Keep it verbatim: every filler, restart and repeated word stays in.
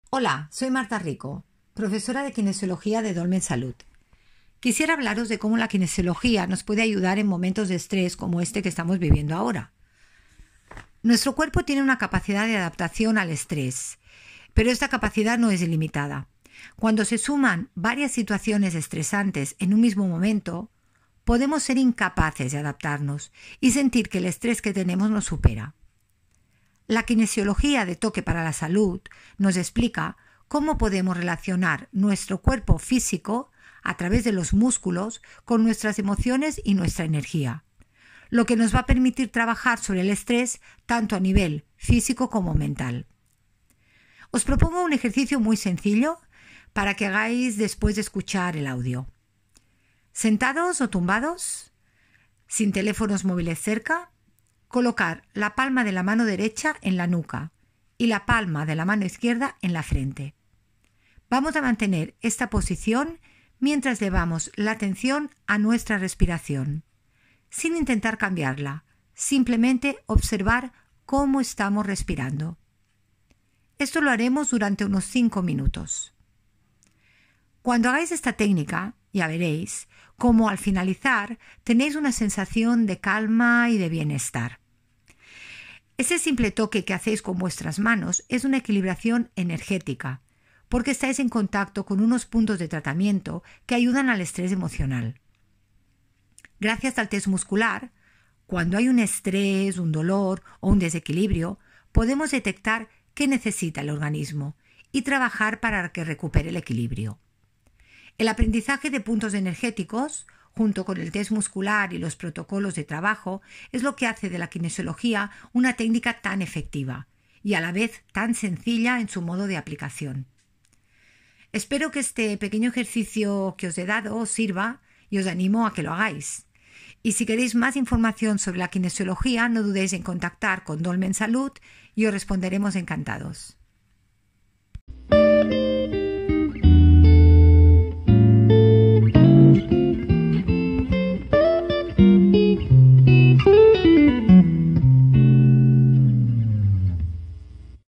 Hola, soy Marta Rico, profesora de Kinesiología de Dolmen Salud. Quisiera hablaros de cómo la kinesiología nos puede ayudar en momentos de estrés como este que estamos viviendo ahora. Nuestro cuerpo tiene una capacidad de adaptación al estrés, pero esta capacidad no es ilimitada. Cuando se suman varias situaciones estresantes en un mismo momento, podemos ser incapaces de adaptarnos y sentir que el estrés que tenemos nos supera. La kinesiología de toque para la salud nos explica cómo podemos relacionar nuestro cuerpo físico a través de los músculos con nuestras emociones y nuestra energía, lo que nos va a permitir trabajar sobre el estrés tanto a nivel físico como mental. Os propongo un ejercicio muy sencillo para que hagáis después de escuchar el audio. Sentados o tumbados, sin teléfonos móviles cerca, colocar la palma de la mano derecha en la nuca y la palma de la mano izquierda en la frente. Vamos a mantener esta posición mientras llevamos la atención a nuestra respiración, sin intentar cambiarla, simplemente observar cómo estamos respirando. Esto lo haremos durante unos cinco minutos. Cuando hagáis esta técnica, ya veréis cómo al finalizar tenéis una sensación de calma y de bienestar. Ese simple toque que hacéis con vuestras manos es una equilibración energética, porque estáis en contacto con unos puntos de tratamiento que ayudan al estrés emocional. Gracias al test muscular, cuando hay un estrés, un dolor o un desequilibrio, podemos detectar qué necesita el organismo y trabajar para que recupere el equilibrio. El aprendizaje de puntos energéticos, junto con el test muscular y los protocolos de trabajo, es lo que hace de la kinesiología una técnica tan efectiva y a la vez tan sencilla en su modo de aplicación. Espero que este pequeño ejercicio que os he dado os sirva y os animo a que lo hagáis. Y si queréis más información sobre la kinesiología, no dudéis en contactar con Dolmen Salud y os responderemos encantados.